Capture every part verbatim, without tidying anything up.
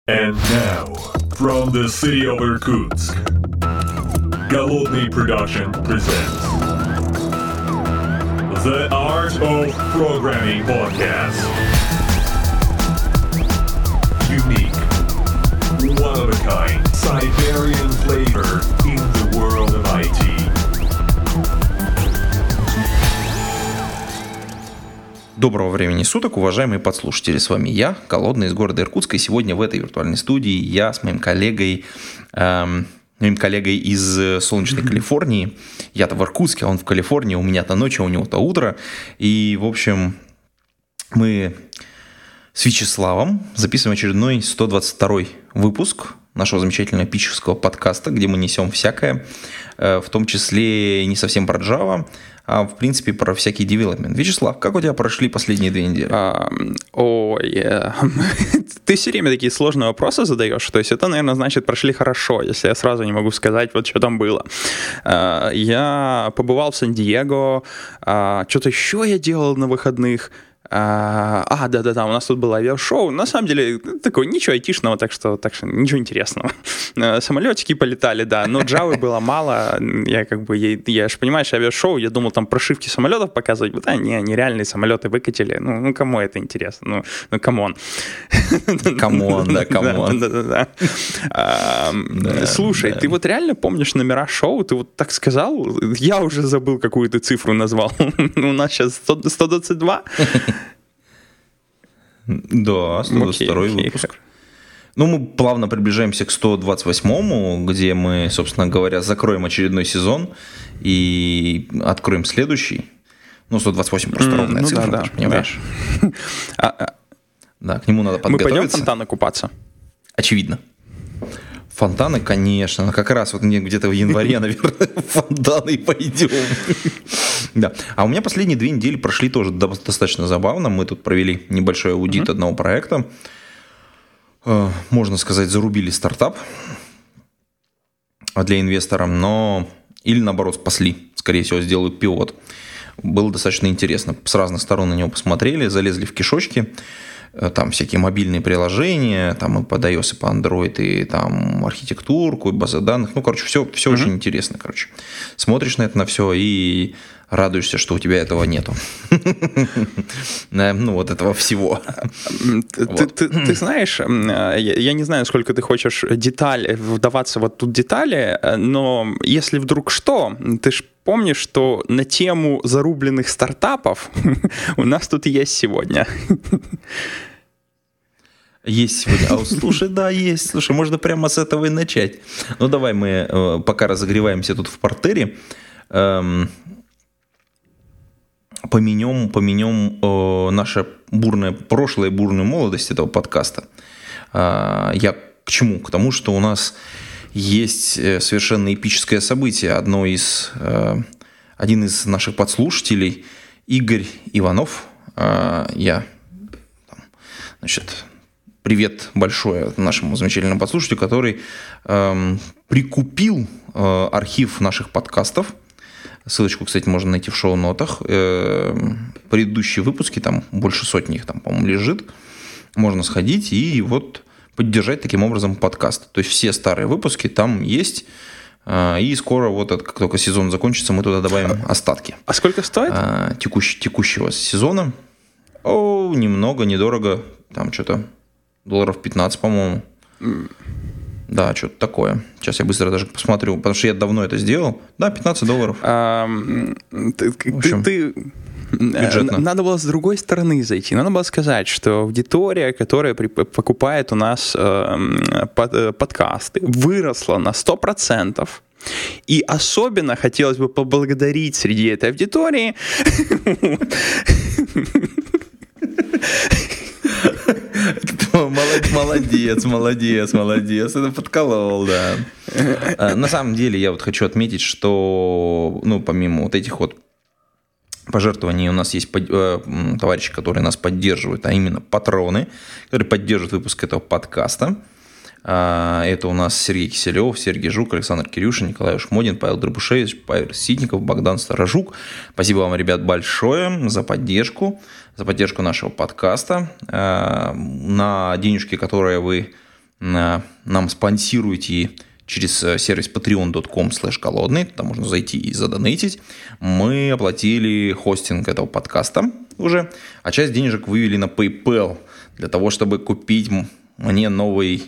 And now, from the city of Irkutsk, Голодный Production presents The Art of Programming Podcast. Unique, one-of-a-kind, Siberian flavor in the world of ай ти. Доброго времени суток, уважаемые подслушатели. С вами я, Голодный, из города Иркутска. И сегодня в этой виртуальной студии я с моим коллегой, эм, моим коллегой из солнечной mm-hmm. Калифорнии. Я-то в Иркутске, а он в Калифорнии. У меня-то ночь, а у него-то утро. И, в общем, мы с Вячеславом записываем очередной сто двадцать второй выпуск нашего замечательного питчерского подкаста, где мы несем всякое, в том числе не совсем про Java, а в принципе про всякий девелопмент. Вячеслав, как у тебя прошли последние две недели? А, ой, ты все время такие сложные вопросы задаешь, то есть это, наверное, значит прошли хорошо, если я сразу не могу сказать, вот что там было. Я побывал в Сан-Диего, что-то еще я делал на выходных. А, да-да-да, у нас тут было авиашоу. На самом деле, такое, ничего айтишного, так что, так что ничего интересного. Самолетики полетали, да, но Java было мало. Я как бы, я, я же, понимаешь, авиашоу, я думал, там прошивки самолетов показывать. Да, не, нереальные самолеты выкатили. Ну, ну кому это интересно? Ну, ну камон. Камон, да, камон. Да-да-да. Слушай, ты вот реально помнишь номера шоу? Ты вот так сказал? Я уже забыл, какую ты цифру назвал. У нас сейчас сто двадцать два. Да, сто двадцать второй okay, okay. выпуск. Ну, мы плавно приближаемся к сто двадцать восьмому, где мы, собственно говоря, закроем очередной сезон и откроем следующий. Ну, сто двадцать восемь просто mm, ровная ну, цифра, да, ты да, понимаешь? Да. Да, к нему надо подготовиться. Мы пойдем в фонтаны купаться? Очевидно. Фонтаны, конечно, но как раз вот мне где-то в январе, наверное, в фонтаны пойдем. Да. А у меня последние две недели прошли тоже достаточно забавно. Мы тут провели небольшой аудит одного проекта. Можно сказать, зарубили стартап для инвестора, но или наоборот спасли, скорее всего, сделают пивот. Было достаточно интересно. С разных сторон на него посмотрели, залезли в кишочки. Там всякие мобильные приложения, там и под iOS, и по Android, и там архитектурку, и базы данных. Ну, короче, все, все mm-hmm. очень интересно, короче. Смотришь на это на все и радуешься, что у тебя этого нету. Ну, вот этого всего. Ты знаешь, я не знаю, сколько ты хочешь деталь, вдаваться вот тут детали, но если вдруг что, ты ж помнишь, что на тему зарубленных стартапов у нас тут есть сегодня. Есть сегодня. А, слушай, да, есть. Слушай, можно прямо с этого и начать. Ну, давай мы, пока разогреваемся тут в портере, эм, поменем, поменем э, наше бурное прошлое, бурную молодость этого подкаста. Э, я к чему? К тому, что у нас есть совершенно эпическое событие. Одно из, э, один из наших подслушателей, Игорь Иванов, э, я, там, значит, привет большое нашему замечательному подслушателю, который э, прикупил э, архив наших подкастов. Ссылочку, кстати, можно найти в шоу-нотах. Э, предыдущие выпуски, там больше сотни их там, по-моему, лежит. Можно сходить и вот поддержать таким образом подкаст. То есть все старые выпуски там есть. И скоро, вот как только сезон закончится, мы туда добавим остатки. А сколько стоит? Текущ, текущего сезона. О, немного, недорого. Там что-то долларов пятнадцать, по-моему. Mm. Да, что-то такое. Сейчас я быстро даже посмотрю, потому что я давно это сделал. Да, пятнадцать долларов. А, ты, общем, ты, ты, бюджетно. Надо было с другой стороны зайти. Надо было сказать, что аудитория, которая при, покупает у нас э, под, подкасты, выросла на сто процентов. И особенно хотелось бы поблагодарить среди этой аудитории... Молодец, молодец, молодец. Это подколол, да. На самом деле, я вот хочу отметить, что, ну, помимо вот этих вот пожертвований, у нас есть товарищи, которые нас поддерживают, а именно патроны, которые поддерживают выпуск этого подкаста. Это у нас Сергей Киселев, Сергей Жук, Александр Кирюшин, Николай Ушмодин, Павел Дробушевич, Павел Ситников, Богдан Старожук. Спасибо вам, ребят, большое за поддержку, за поддержку нашего подкаста. На денежки, которые вы нам спонсируете через сервис patreon точка com слэш голодный, туда можно зайти и задонейтить. Мы оплатили хостинг этого подкаста уже, а часть денежек вывели на PayPal для того, чтобы купить мне новый...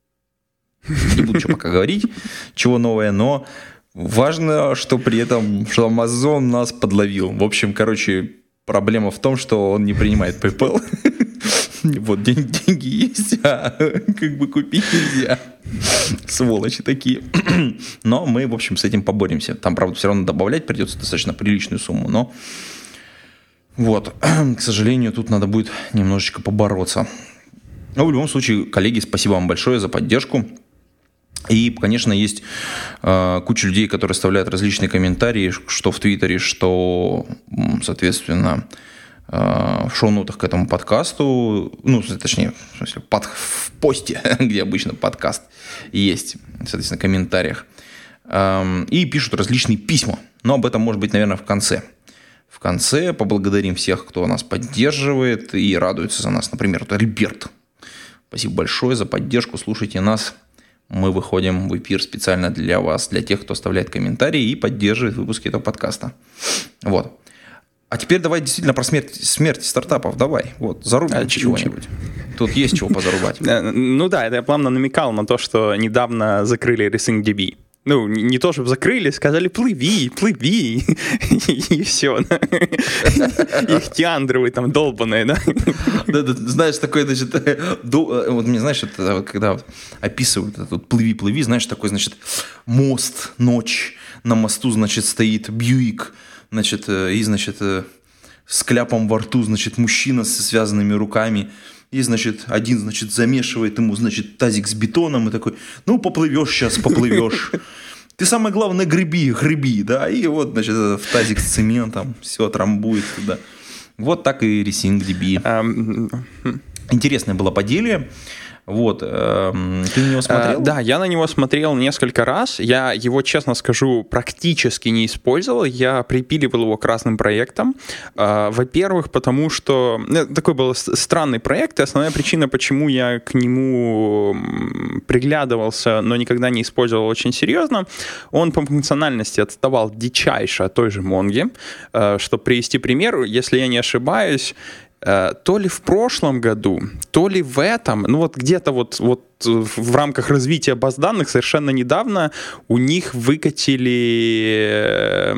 Не буду что пока говорить, чего новое, но важно, что при этом, что Amazon нас подловил. В общем, короче, проблема в том, что он не принимает PayPal. Вот, деньги есть, а как бы купить нельзя. Сволочи такие. Но мы, в общем, с этим поборемся. Там, правда, все равно добавлять придется достаточно приличную сумму, но вот, к сожалению, тут надо будет немножечко побороться. Но в любом случае, коллеги, спасибо вам большое за поддержку. И, конечно, есть э, куча людей, которые оставляют различные комментарии, что в Твиттере, что, соответственно, э, в шоу-нотах к этому подкасту, ну, точнее, в, смысле, под, в посте, где обычно подкаст есть, соответственно, в комментариях, э, и пишут различные письма. Но об этом, может быть, наверное, в конце. В конце поблагодарим всех, кто нас поддерживает и радуется за нас. Например, это Альберт. Спасибо большое за поддержку, слушайте нас. Мы выходим в эфир специально для вас, для тех, кто оставляет комментарии и поддерживает выпуски этого подкаста. Вот. А теперь давай действительно про смерть, смерть стартапов. Давай, вот, зарубим а, чего-нибудь. Тут есть чего позарубать. Ну да, это я плавно намекал на то, что недавно закрыли RacingDB. Ну, не то, чтобы закрыли, сказали плыви, плыви, и все. Их тиандровые там долбаные, да? Да, знаешь, такой, значит, вот мне, знаешь, когда описывают тут плыви, плыви, знаешь, такой, значит, мост, ночь, на мосту, значит, стоит Бьюик, значит, и, значит, с кляпом во рту, значит, мужчина с связанными руками. И, значит, один, значит, замешивает ему, значит, тазик с бетоном и такой, ну, поплывешь сейчас, поплывешь. Ты самое главное греби, греби, да, и вот, значит, в тазик с цементом все трамбует туда. Вот так и RacingDB. Интересное было поделие. Вот, ты на него смотрел? А, да, я на него смотрел несколько раз. Я его, честно скажу, практически не использовал. Я припиливал его к разным проектам. А, во-первых, потому что такой был странный проект, и основная причина, почему я к нему приглядывался, но никогда не использовал очень серьезно, он по функциональности отставал дичайше от той же Монги. А, чтобы привести пример, если я не ошибаюсь, то ли в прошлом году, то ли в этом, ну вот где-то вот, вот в рамках развития баз данных совершенно недавно у них выкатили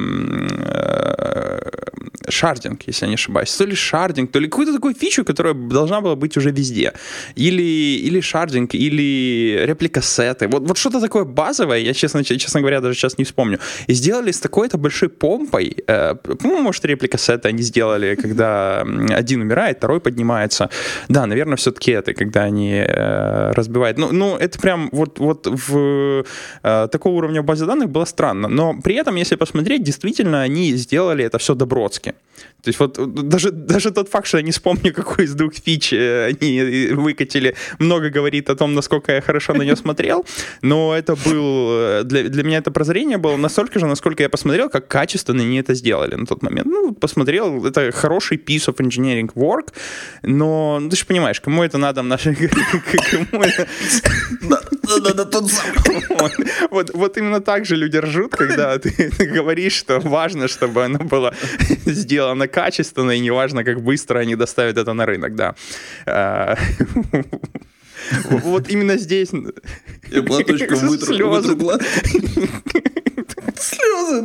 шардинг, если я не ошибаюсь. То ли шардинг, то ли какую-то такую фичу, которая должна была быть уже везде. Или, или шардинг, или репликассеты. Вот, вот что-то такое базовое, я, честно, честно говоря, даже сейчас не вспомню. И сделали с такой-то большой помпой. Э, по-моему, может, репликассеты они сделали, когда один умирает, второй поднимается. Да, наверное, все-таки это, когда они э, разбивают. Ну, ну, это прям вот, вот в э, такого уровня базы данных было странно. Но при этом, если посмотреть, действительно, они сделали это все добротски. То есть вот даже, даже тот факт, что я не вспомню, какой из двух фич они выкатили, много говорит о том, насколько я хорошо на нее смотрел, но это был, для, для меня это прозрение было настолько же, насколько я посмотрел, как качественно они это сделали на тот момент. Ну, посмотрел, это хороший piece of engineering work, но ну, ты же понимаешь, кому это надо в нашей... Кому это... Да-да-да, тот самый. Вот именно так же люди ржут, когда ты говоришь, что важно, чтобы оно было сделано качественно, и неважно, как быстро они доставят это на рынок, да. Вот именно здесь... Я платочком вытру глаз. Слезы,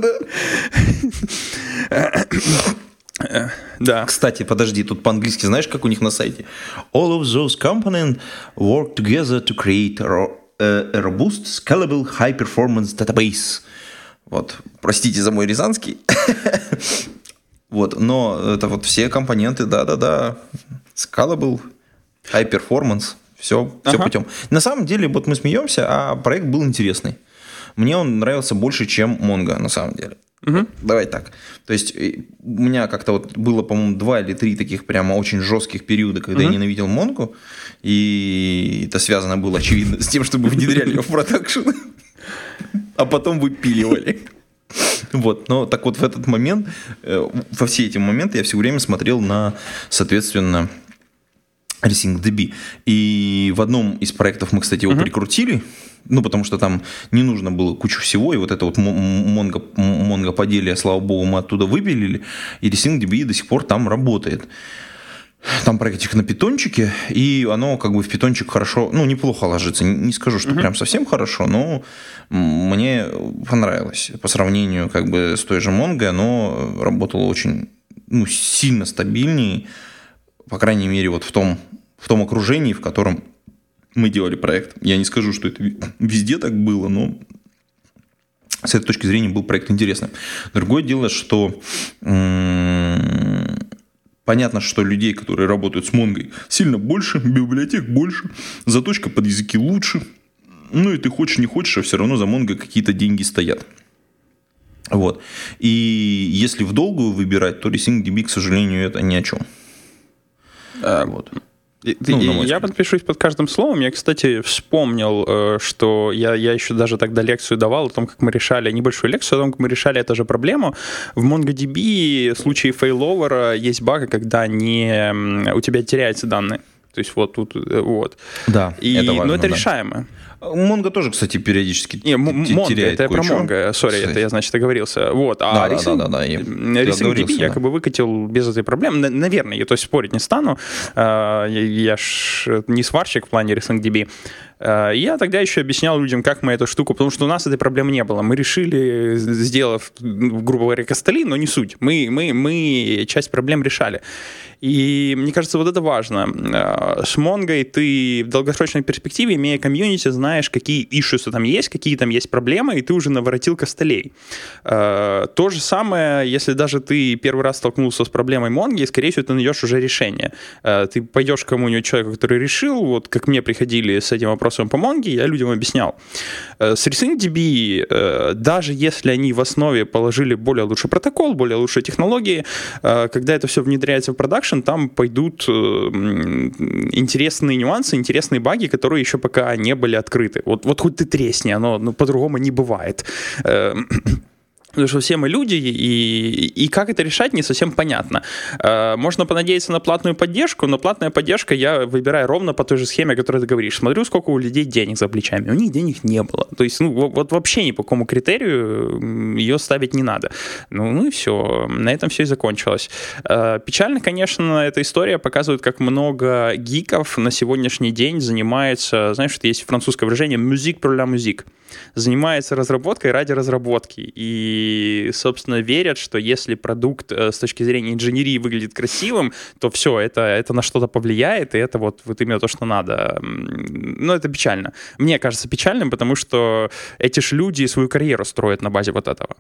да. Да. Кстати, подожди, тут по-английски знаешь, как у них на сайте? All of those components work together to create a robust, scalable, high-performance database. Вот, простите за мой рязанский. Вот, но это вот все компоненты, да-да-да, scalable, high-performance, все, все ага. путем. На самом деле, вот мы смеемся, а проект был интересный. Мне он нравился больше, чем Mongo, на самом деле. Угу. Давай так. То есть у меня как-то вот было, по-моему, два или три таких прямо очень жестких периода, когда угу. я ненавидел Mongo, и это связано было, очевидно, с тем, чтобы внедряли ее в продакшн, а потом выпиливали. Вот, но так вот в этот момент, во все эти моменты я все время смотрел на, соответственно, Resync.db. И в одном из проектов мы, кстати, его uh-huh. прикрутили, ну, потому что там не нужно было кучу всего, и вот это вот Mongo, Mongo поделие, слава богу, мы оттуда выпилили, и Resync.db до сих пор там работает. Там проектик на питончике, и оно как бы в питончик хорошо, ну, неплохо ложится. Не скажу, что uh-huh. прям совсем хорошо, но мне понравилось. По сравнению как бы с той же Mongo, оно работало очень, ну, сильно стабильнее, по крайней мере, вот в том, в том окружении, в котором мы делали проект. Я не скажу, что это везде так было, но с этой точки зрения был проект интересным. Другое дело, что м- понятно, что людей, которые работают с Mongo, сильно больше, библиотек больше, заточка под языки лучше. Ну и ты хочешь, не хочешь, а все равно за Mongo какие-то деньги стоят. Вот. И если в долгую выбирать, то Resync.db, к сожалению, это ни о чем. А, вот. Ну, я подпишусь под каждым словом. Я, кстати, вспомнил, что я, я еще даже тогда лекцию давал о том, как мы решали, небольшую лекцию о том, как мы решали эту же проблему. В MongoDB в случае фейловера есть баг, когда не, у тебя теряются данные. То есть вот тут, вот. Да, и, это важно. Но это да. решаемо. Mongo тоже, кстати, периодически Не, Mongo, теряет это кое-что. про Mongo, сори, это я, значит, оговорился. Вот. А да, Recent, да, да, да, я Resync.db да. якобы выкатил без этой проблемы. Наверное, я то есть спорить не стану. Я ж не сварщик в плане Resync.db. Я тогда еще объяснял людям, как мы эту штуку, потому что у нас этой проблемы не было. Мы решили, сделав, грубо говоря, костыли, но не суть. Мы, мы, мы часть проблем решали. И мне кажется, вот это важно. С Mongo ты в долгосрочной перспективе, имея комьюнити, знаешь, какие ишусы там есть, какие там есть проблемы, и ты уже наворотил костылей. То же самое, если даже ты первый раз столкнулся с проблемой Mongo, скорее всего, ты найдешь уже решение. Ты пойдешь к кому-нибудь человеку, который решил, вот как мне приходили с этим вопросом по Mongo, я людям объяснял. С Resync.db, даже если они в основе положили более лучший протокол, более лучшие технологии, когда это все внедряется в продакшн, там пойдут интересные нюансы, интересные баги, которые еще пока не были открыты. Вот, вот хоть ты тресни, оно ну, по-другому не бывает. Потому что все мы люди, и, и как это решать, не совсем понятно. Можно понадеяться на платную поддержку, но платная поддержка я выбираю ровно по той же схеме, о которой ты говоришь. Смотрю, сколько у людей денег за плечами. У них денег не было. То есть, ну, вот вообще ни по какому критерию ее ставить не надо. Ну, ну и все. На этом все и закончилось. Печально, конечно, эта история показывает, как много гиков на сегодняшний день занимается, знаешь, что есть французское выражение «musique pour la musique». Занимается разработкой ради разработки. И, собственно, верят, что если продукт с точки зрения инженерии выглядит красивым, то все, это, это на что-то повлияет, и это вот, вот именно то, что надо. Но это печально. Мне кажется печальным, потому что эти же люди свою карьеру строят на базе вот этого.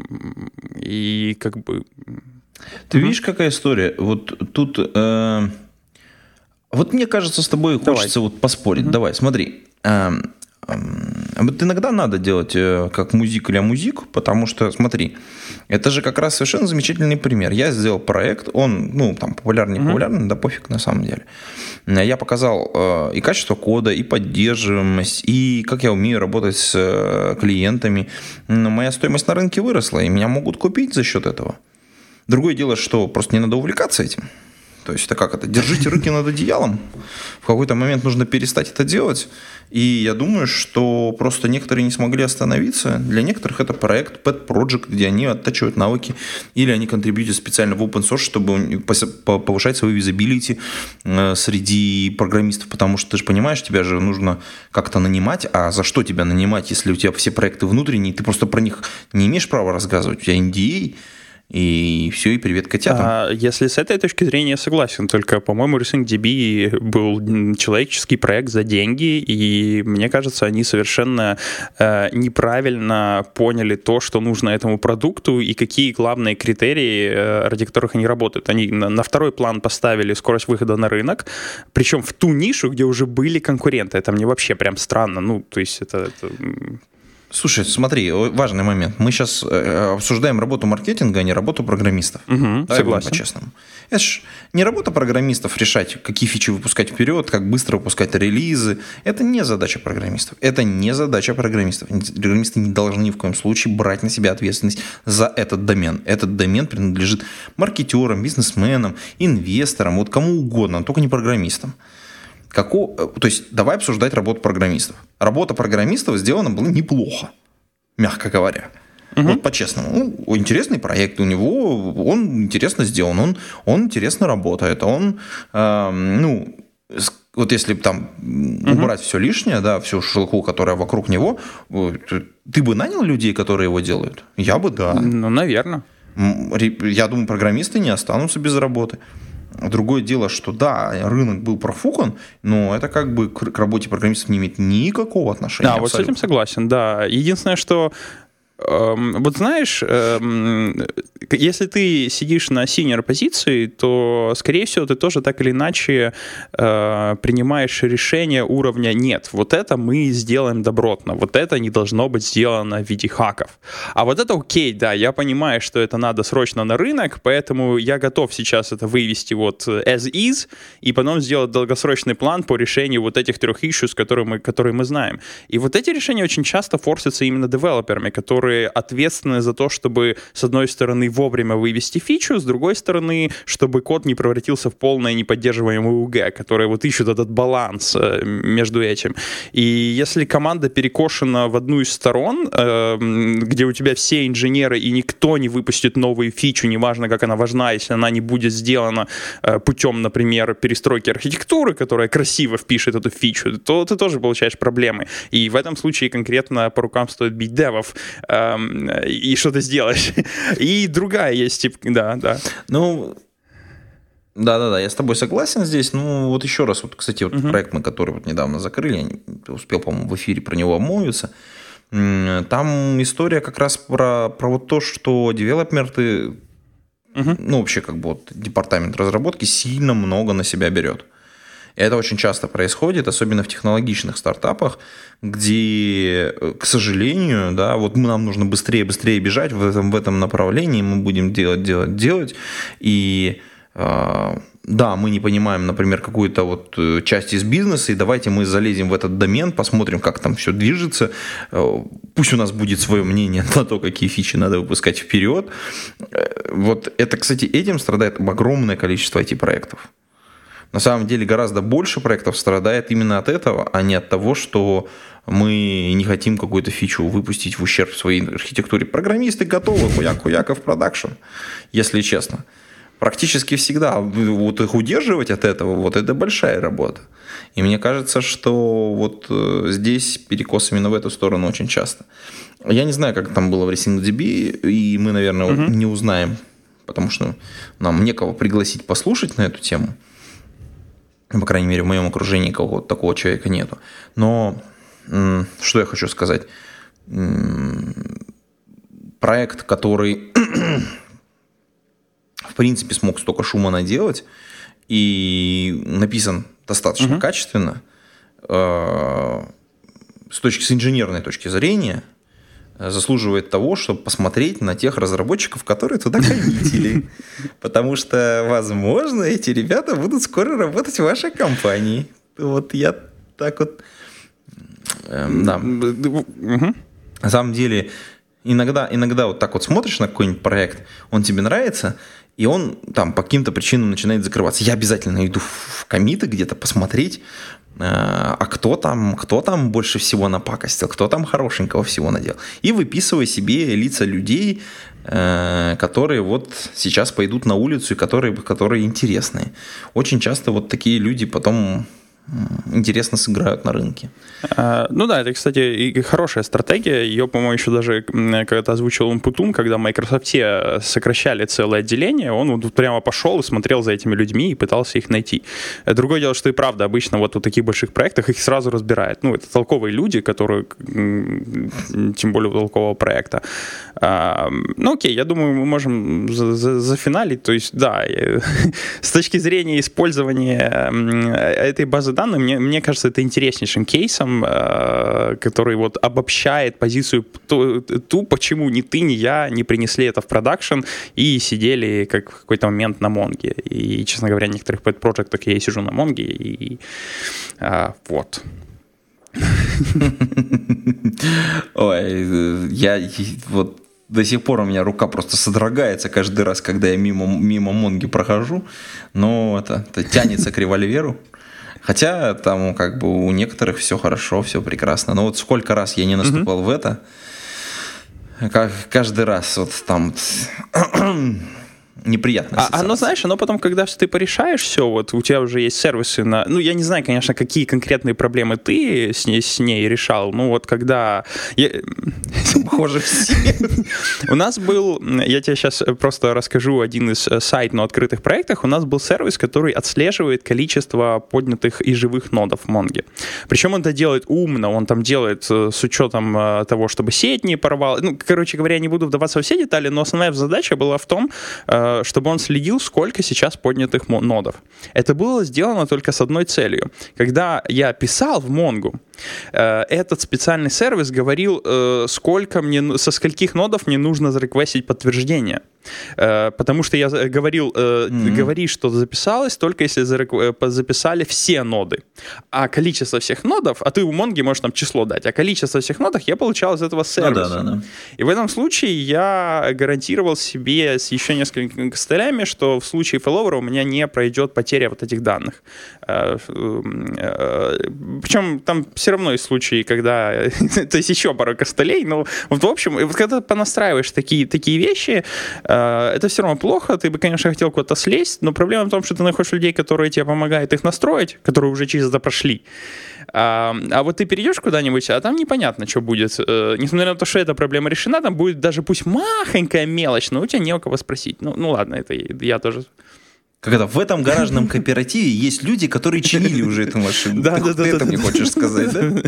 И как бы... Ты mm-hmm. видишь, какая история? Вот тут... Э... Вот мне кажется, с тобой Давай. хочется вот поспорить. Mm-hmm. Давай, смотри. Э... Вот иногда надо делать как музик или музик, потому что, смотри, это же как раз совершенно замечательный пример. Я сделал проект, он, ну, там, популярный, не популярный, mm-hmm. да пофиг на самом деле. Я показал э, и качество кода, и поддерживаемость, и как я умею работать с э, клиентами. Но моя стоимость на рынке выросла, и меня могут купить за счет этого. Другое дело, что просто не надо увлекаться этим. То есть это как это? Держите руки над одеялом. В какой-то момент нужно перестать это делать. И я думаю, что просто некоторые не смогли остановиться. Для некоторых это проект, pet project, где они оттачивают навыки, или они контрибьютят специально в open source, чтобы повышать свою визабилити среди программистов. Потому что ты же понимаешь, тебя же нужно как-то нанимать. А за что тебя нанимать, если у тебя все проекты внутренние, ты просто про них не имеешь права рассказывать, у тебя эн ди эй. И все, и привет котятам. А если с этой точки зрения согласен, только, по-моему, Resync.db был человеческий проект за деньги, и мне кажется, они совершенно э, неправильно поняли то, что нужно этому продукту, и какие главные критерии, э, ради которых они работают. Они на, на второй план поставили скорость выхода на рынок, причем в ту нишу, где уже были конкуренты. Это мне вообще прям странно. Ну, то есть это... это... Слушай, смотри, важный момент. Мы сейчас обсуждаем работу маркетинга, а не работу программистов. Угу, да, согласен. По-честному. Это ж не работа программистов решать, какие фичи выпускать вперед, как быстро выпускать релизы. Это не задача программистов. Это не задача программистов. Программисты не должны ни в коем случае брать на себя ответственность за этот домен. Этот домен принадлежит маркетерам, бизнесменам, инвесторам, вот кому угодно, только не программистам. Како... То есть, давай обсуждать работу программистов. Работа программистов сделана была неплохо, мягко говоря. Uh-huh. Вот по-честному. Ну, интересный проект у него, он интересно сделан, он, он интересно работает. Он, э, ну, вот если там uh-huh. убрать все лишнее, да, всю шелуху, которая вокруг него, ты бы нанял людей, которые его делают? Я бы, да. Ну, наверное. Я думаю, программисты не останутся без работы. Другое дело, что да, рынок был профукан, но это как бы к работе программистов не имеет никакого отношения. Да, абсолютно. Вот с этим согласен, да. Единственное, что вот знаешь, если ты сидишь на синьор позиции, то, скорее всего, ты тоже так или иначе принимаешь решение уровня «нет, вот это мы сделаем добротно, вот это не должно быть сделано в виде хаков». А вот это окей, да, я понимаю, что это надо срочно на рынок, поэтому я готов сейчас это вывести вот as is и потом сделать долгосрочный план по решению вот этих трех issues, которые мы, которые мы знаем. И вот эти решения очень часто форсятся именно девелоперами, которые ответственны за то, чтобы, с одной стороны, вовремя вывести фичу, с другой стороны, чтобы код не превратился в полное неподдерживаемое ю джи, которые вот ищут этот баланс между этим. И если команда перекошена в одну из сторон, где у тебя все инженеры и никто не выпустит новую фичу, неважно, как она важна, если она не будет сделана путем, например, перестройки архитектуры, которая красиво впишет эту фичу, то ты тоже получаешь проблемы. И в этом случае конкретно по рукам стоит бить девов, и что-то сделаешь. И другая есть, типа, да, да. Ну, да-да-да, я с тобой согласен здесь. Ну, вот еще раз, вот, кстати, вот uh-huh. проект, мы который вот недавно закрыли, я успел, по-моему, в эфире про него обмолвиться. Там история как раз про, про вот то, что девелоперы, uh-huh. ну, вообще, как бы вот департамент разработки сильно много на себя берет. И это очень часто происходит, особенно в технологичных стартапах, где, к сожалению, да, вот нам нужно быстрее, быстрее бежать в этом, в этом направлении, мы будем делать, делать, делать. И э, да, мы не понимаем, например, какую-то вот часть из бизнеса, и давайте мы залезем в этот домен, посмотрим, как там все движется. Пусть у нас будет свое мнение на то, какие фичи надо выпускать вперед. Вот это, кстати, этим страдает огромное количество ай ти-проектов. На самом деле гораздо больше проектов страдает именно от этого, а не от того, что мы не хотим какую-то фичу выпустить в ущерб своей архитектуре. Программисты готовы, хуяк-хуяка в продакшн, если честно. Практически всегда вот их удерживать от этого, вот это большая работа. И мне кажется, что вот здесь перекос именно в эту сторону очень часто. Я не знаю, как там было в RacingDB, и мы, наверное, угу. не узнаем, потому что нам некого пригласить послушать на эту тему. По крайней мере, в моем окружении какого-то такого человека нету. Но что я хочу сказать? Проект, который, в принципе, смог столько шума наделать и написан достаточно uh-huh. качественно, с точки с инженерной точки зрения, заслуживает того, чтобы посмотреть на тех разработчиков, которые туда коммитили. Потому что, возможно, эти ребята будут скоро работать в вашей компании. Вот я так вот... Эм, да. Угу. На самом деле, иногда, иногда вот так вот смотришь на какой-нибудь проект, он тебе нравится, и он там по каким-то причинам начинает закрываться. Я обязательно иду в коммиты где-то посмотреть, а кто там, кто там больше всего напакостил, кто там хорошенького всего наделал. И выписывай себе лица людей, которые вот сейчас пойдут на улицу и которые, которые интересные. Очень часто вот такие люди потом интересно сыграют на рынке. А, ну да, это, кстати, и хорошая стратегия. Ее, по-моему, еще даже когда-то озвучил Умпутун, когда в Microsoft сокращали целое отделение, он вот прямо пошел и смотрел за этими людьми и пытался их найти. Другое дело, что и правда, обычно вот в таких больших проектах их сразу разбирают. Ну, это толковые люди, которые, тем более у толкового проекта. А, ну окей, я думаю, мы можем зафиналить. То есть, да, с точки зрения использования этой базы данные, мне, мне кажется, это интереснейшим кейсом, э, который вот обобщает позицию ту, ту, почему ни ты, ни я не принесли это в продакшн и сидели как в какой-то момент на Монге. И, честно говоря, в некоторых пэт-проектах я и сижу на Монге, и э, вот. Ой, я вот до сих пор у меня рука просто содрогается каждый раз, когда я мимо, мимо Монги прохожу, но это, это тянется к револьверу. Хотя там как бы у некоторых все хорошо, все прекрасно. Но вот сколько раз я не наступал mm-hmm. в это, как, каждый раз вот там неприятно. А оно, знаешь, оно потом, когда ты порешаешь все, вот у тебя уже есть сервисы на... Ну, я не знаю, конечно, какие конкретные проблемы ты с ней, с ней решал. Ну, вот когда... Похоже, все. У нас был... Я тебе сейчас просто расскажу один из сайт на открытых проектах. У нас был сервис, который отслеживает количество поднятых и живых нодов в Монге. Причем он это делает умно. Он там делает с учетом того, чтобы сеть не порвал. Ну, короче говоря, я не буду вдаваться во все детали, но основная задача была в том, чтобы он следил, сколько сейчас поднятых нодов. Это было сделано только с одной целью. Когда я писал в Монгу, этот специальный сервис говорил, сколько мне, со скольких нодов мне нужно зареквестить подтверждение. Потому что я говорил, mm-hmm. говори, что записалось, только если записали все ноды. А количество всех нодов, а ты у Монги можешь там число дать, а количество всех нодов я получал из этого сервиса. Ну, да, да, да. И в этом случае я гарантировал себе с еще несколькими костылями, что в случае фейловера у меня не пройдет потеря вот этих данных. Причем там все равно есть случаи, когда... то есть еще пару костылей, но вот в общем, вот когда понастраиваешь такие, такие вещи, это все равно плохо, ты бы, конечно, хотел куда-то слезть, но проблема в том, что ты находишь людей, которые тебе помогают их настроить, которые уже через это прошли. А, а вот ты перейдешь куда-нибудь, а там непонятно, что будет. Несмотря на то, что эта проблема решена, там будет даже пусть махонькая мелочь, но у тебя не у кого спросить. Ну, ну ладно, это я тоже... Как это, в этом гаражном кооперативе есть люди, которые чинили уже эту машину. Да, да, да. Ты это мне хочешь сказать, да?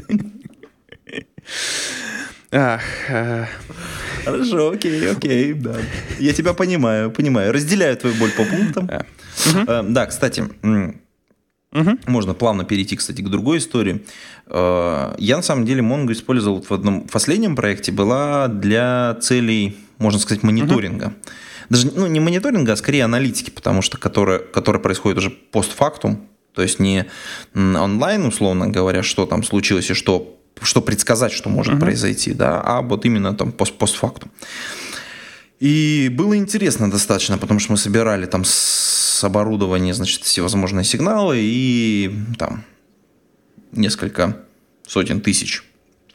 Ах, а... Хорошо, окей, окей, да. Я тебя понимаю, понимаю. Разделяю твою боль по пунктам. А. Угу. А, да, кстати, угу. можно плавно перейти, кстати, к другой истории. А, я, на самом деле, Mongo использовал в одном в последнем проекте, была для целей, можно сказать, мониторинга. Угу. Даже ну, не мониторинга, а скорее аналитики, потому что которая, которая происходит уже постфактум, то есть не онлайн, условно говоря, что там случилось и что что предсказать, что может uh-huh. произойти, да, а вот именно там пост- постфактум. И было интересно достаточно, потому что мы собирали там с оборудования, значит, всевозможные сигналы и там несколько сотен тысяч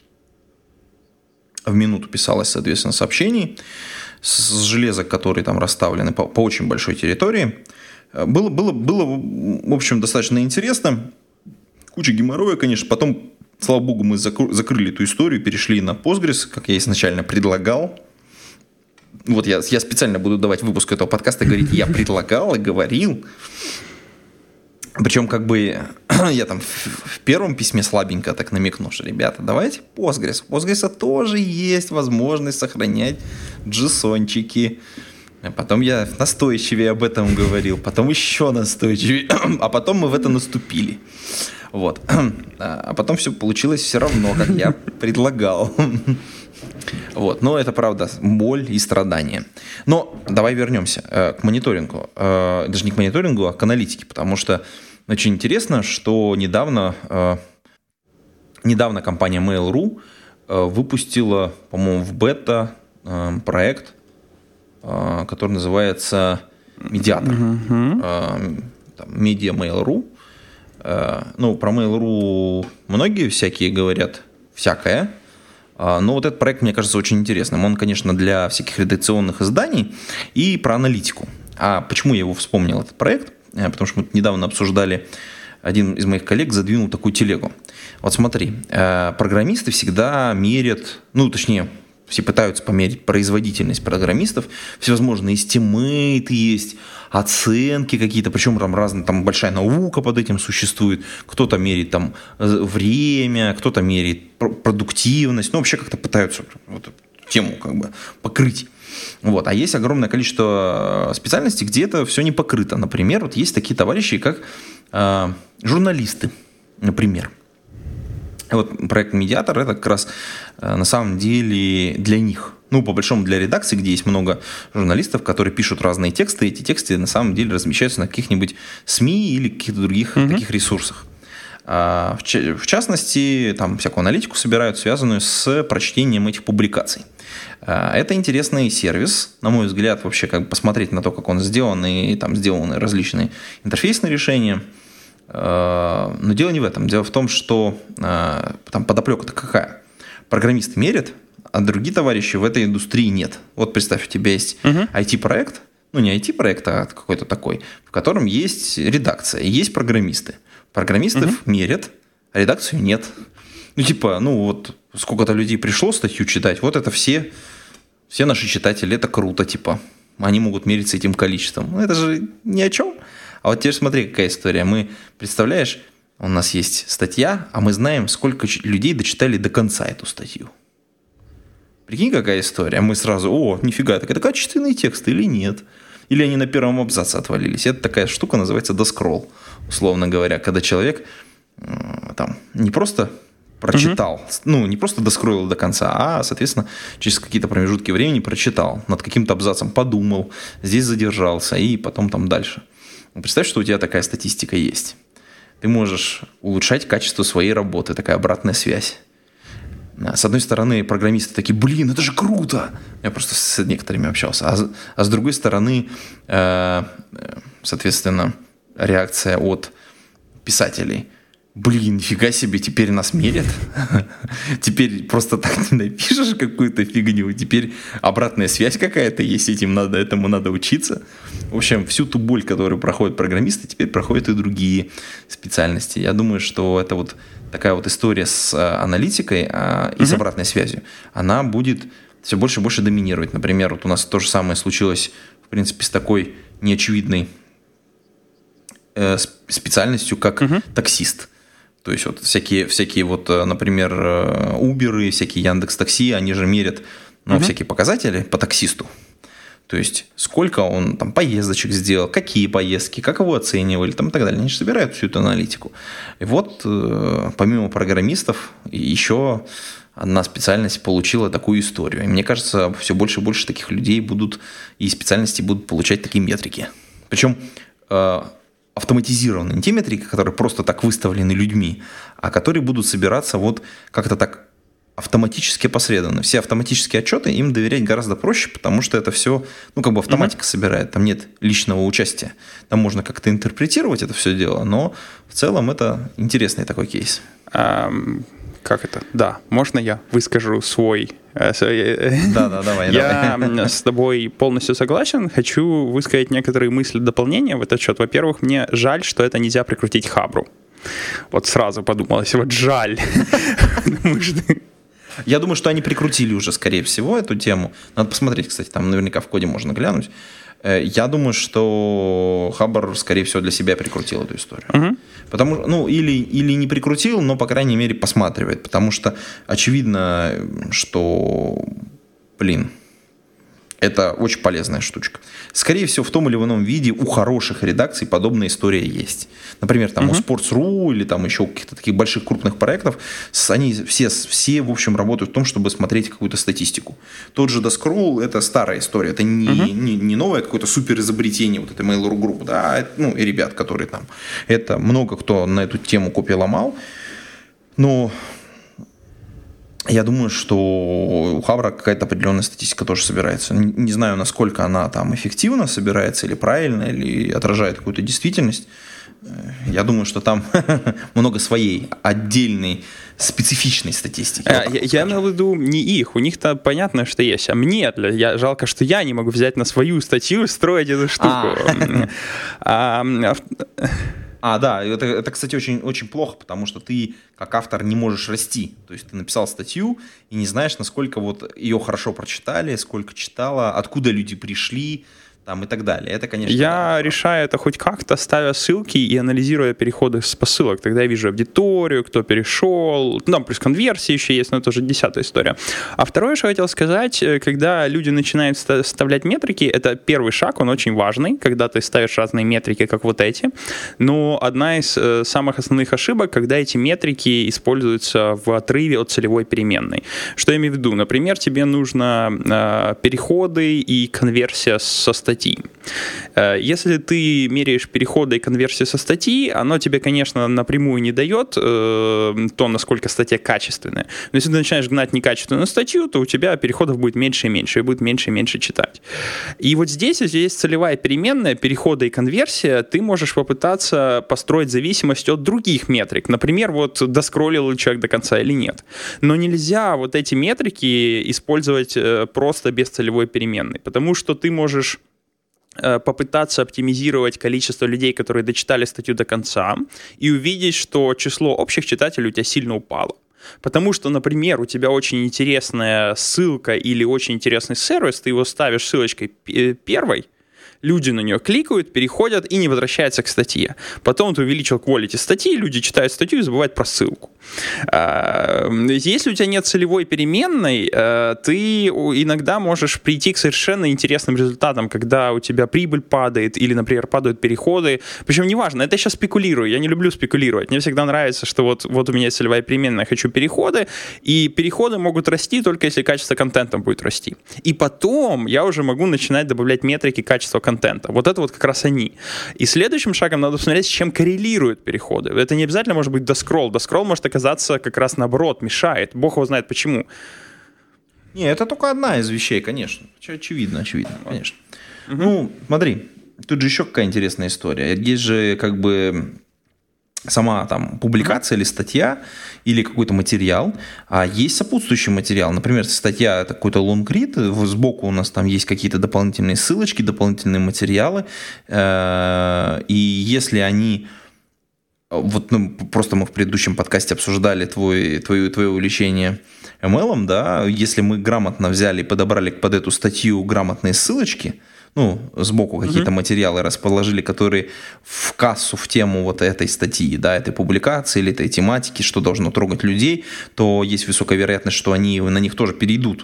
в минуту писалось, соответственно, сообщений с железа, которые там расставлены по, по очень большой территории. Было, было, было, в общем, достаточно интересно. Куча геморроя, конечно, потом... Слава богу, мы закрыли эту историю, перешли на Postgres, как я изначально предлагал. Вот я, я специально буду давать выпуск этого подкаста и говорить, я предлагал и говорил. Причем как бы я там в первом письме слабенько так намекнул, что, ребята, давайте Postgres. У Postgres тоже есть возможность сохранять джейсончики. Потом я настойчивее об этом говорил, потом еще настойчивее, а потом мы в это наступили. Вот. А потом все получилось все равно, как я предлагал. Вот. Но это, правда, боль и страдания. Но давай вернемся к мониторингу. Даже не к мониторингу, а к аналитике. Потому что очень интересно, что недавно, недавно компания Mail.ru выпустила, по-моему, в бета проект, который называется «Медиатор». Mm-hmm. Media Mail.ru. Ну, про Mail.ru многие всякие говорят всякое, но вот этот проект, мне кажется, очень интересным. Он, конечно, для всяких редакционных изданий и про аналитику. А почему я его вспомнил, этот проект? Потому что мы недавно обсуждали, один из моих коллег задвинул такую телегу. Вот смотри, программисты всегда мерят, ну, точнее, все пытаются померить производительность программистов, всевозможные эстимейты есть, оценки какие-то, причем там разные, там большая наука под этим существует. Кто-то меряет там время, кто-то меряет продуктивность, ну вообще как-то пытаются вот эту тему как бы покрыть. Вот. А есть огромное количество специальностей, где это все не покрыто. Например, вот есть такие товарищи, как э, журналисты. пример. Вот проект «Медиатор» — это как раз на самом деле для них. Ну, по большому, для редакции, где есть много журналистов, которые пишут разные тексты, и эти тексты на самом деле размещаются на каких-нибудь СМИ или каких-то других mm-hmm. таких ресурсах. В частности, там всякую аналитику собирают, связанную с прочтением этих публикаций. Это интересный сервис, на мой взгляд, вообще как бы посмотреть на то, как он сделан, и там сделаны различные интерфейсные решения. Но дело не в этом. Дело в том, что там подоплека-то какая? Программисты мерят, а другие товарищи в этой индустрии нет. Вот представь, у тебя есть uh-huh. ай ти-проект, ну не ай ти-проект, а какой-то такой, в котором есть редакция, и есть программисты. Программистов uh-huh. мерят, а редакцию нет. Ну типа, ну вот сколько-то людей пришло статью читать, вот это все, все наши читатели, это круто, типа. Они могут мериться этим количеством. Ну это же ни о чем. А вот теперь смотри, какая история. Мы, представляешь, у нас есть статья, а мы знаем, сколько людей дочитали до конца эту статью. Прикинь, какая история. Мы сразу, о, нифига, так это качественные тексты или нет? Или они на первом абзаце отвалились? Это такая штука, называется доскролл, условно говоря, когда человек э, там не просто прочитал, uh-huh. ну, не просто доскроллил до конца, а, соответственно, через какие-то промежутки времени прочитал, над каким-то абзацем подумал, здесь задержался и потом там дальше. Представь, что у тебя такая статистика есть. Ты можешь улучшать качество своей работы, такая обратная связь. С одной стороны, программисты такие, блин, это же круто. Я просто с некоторыми общался. А, а с другой стороны, э, соответственно, реакция от писателей. Блин, нифига себе, теперь нас мерят. Теперь просто так не напишешь какую-то фигню. Теперь обратная связь какая-то есть, этим надо, этому надо учиться. В общем, всю ту боль, которую проходят программисты, теперь проходят и другие специальности. Я думаю, что это вот такая вот история с аналитикой а, и uh-huh. с обратной связью. Она будет все больше и больше доминировать. Например, вот у нас то же самое случилось, в принципе, с такой неочевидной э, специальностью, как uh-huh. таксист. То есть вот всякие, всякие вот, например, Uber, всякие Яндекс.Такси, они же мерят ну, uh-huh. всякие показатели по таксисту. То есть сколько он там поездочек сделал, какие поездки, как его оценивали там, и так далее. Они же собирают всю эту аналитику. И вот помимо программистов еще одна специальность получила такую историю. И мне кажется, все больше и больше таких людей будут и специальностей будут получать такие метрики. Причем автоматизированные, не те метрики, которые просто так выставлены людьми, а которые будут собираться вот как-то так автоматически опосредованно. Все автоматические отчеты им доверять гораздо проще, потому что это все, ну, как бы автоматика mm-hmm. собирает, там нет личного участия. Там можно как-то интерпретировать это все дело, но в целом это интересный такой кейс. Um, как это? Да, можно я выскажу свой... Да, да, давай. Я давай. С тобой полностью согласен. Хочу высказать некоторые мысли дополнения в этот счет. Во-первых, мне жаль, что это нельзя прикрутить Хабру. Вот сразу подумалось, вот жаль. Я думаю, что они прикрутили уже, скорее всего, эту тему. Надо посмотреть, кстати, там наверняка в коде можно глянуть. Я думаю, что Хабр, скорее всего, для себя прикрутил эту историю. Угу. Потому, ну, или, или не прикрутил, но, по крайней мере, посматривает. Потому что очевидно, что, блин, это очень полезная штучка. Скорее всего, в том или ином виде у хороших редакций подобная история есть. Например, там, uh-huh. у Sports.ru или там еще у каких-то таких больших крупных проектов, они все, все, в общем, работают в том, чтобы смотреть какую-то статистику. Тот же доскролл – это старая история. Это не, uh-huh. не, не новое какое-то супер изобретение вот этой Mail.ru Group, да, это, ну, и ребят, которые там. Это много кто на эту тему купил, ломал. Но... Я думаю, что у Хабра какая-то определенная статистика тоже собирается. Не знаю, насколько она там эффективно собирается или правильно, или отражает какую-то действительность. Я думаю, что там много своей отдельной специфичной статистики. А, я, я имею в виду не их, у них-то понятно, что есть, а мне я, жалко, что я не могу взять на свою статью и строить эту штуку. А, да, это, это кстати, очень, очень плохо, потому что ты, как автор, не можешь расти. То есть ты написал статью и не знаешь, насколько вот ее хорошо прочитали, сколько читало, откуда люди пришли, там и так далее. Это, конечно... Я да, решаю это хоть как-то, ставя ссылки и анализируя переходы с посылок. Тогда я вижу аудиторию, кто перешел. Там плюс конверсии еще есть, но это уже десятая история. А второе, что я хотел сказать, когда люди начинают вставлять метрики, это первый шаг, он очень важный, когда ты ставишь разные метрики, как вот эти. Но одна из э, самых основных ошибок, когда эти метрики используются в отрыве от целевой переменной. Что я имею в виду? Например, тебе нужно э, переходы и конверсия со статьи. Если ты меряешь переходы и конверсии со статьи, оно тебе, конечно, напрямую не дает э, то, насколько статья качественная. Но если ты начинаешь гнать некачественную статью, то у тебя переходов будет меньше и меньше, и будет меньше и меньше читать. И вот здесь, если есть целевая переменная, переходы и конверсия, ты можешь попытаться построить зависимость от других метрик. Например, вот доскроллил ли человек до конца или нет. Но нельзя вот эти метрики использовать э, просто без целевой переменной, потому что ты можешь попытаться оптимизировать количество людей, которые дочитали статью до конца, и увидеть, что число общих читателей у тебя сильно упало. Потому что, например, у тебя очень интересная ссылка или очень интересный сервис, ты его ставишь ссылочкой первой, люди на нее кликают, переходят и не возвращаются к статье. Потом ты увеличил quality статьи, люди читают статью и забывают про ссылку. Если у тебя нет целевой переменной, ты иногда можешь прийти к совершенно интересным результатам, когда у тебя прибыль падает или, например, падают переходы. Причем неважно, это я сейчас спекулирую, я не люблю спекулировать. Мне всегда нравится, что вот, вот у меня есть целевая переменная, я хочу переходы, и переходы могут расти только если качество контента будет расти. И потом я уже могу начинать добавлять метрики качества контента. Вот это вот как раз они. И следующим шагом надо посмотреть, с чем коррелируют переходы. Это не обязательно может быть доскролл. Доскролл может оказаться как раз наоборот, мешает. Бог его знает почему. Не, это только одна из вещей, конечно. Очевидно, очевидно, конечно. Угу. Ну, смотри, тут же еще какая интересная история. Есть же как бы сама там публикация или статья, или какой-то материал, а есть сопутствующий материал. Например, статья — это какой-то лонгрид, сбоку у нас там есть какие-то дополнительные ссылочки, дополнительные материалы, и если они... Вот ну, просто мы в предыдущем подкасте обсуждали твой, твое, твое увлечение эм эл, да, если мы грамотно взяли и подобрали под эту статью грамотные ссылочки, ну, сбоку какие-то mm-hmm. материалы расположили, которые в кассу, в тему вот этой статьи, да, этой публикации или этой тематики, что должно трогать людей, то есть высокая вероятность, что они на них тоже перейдут.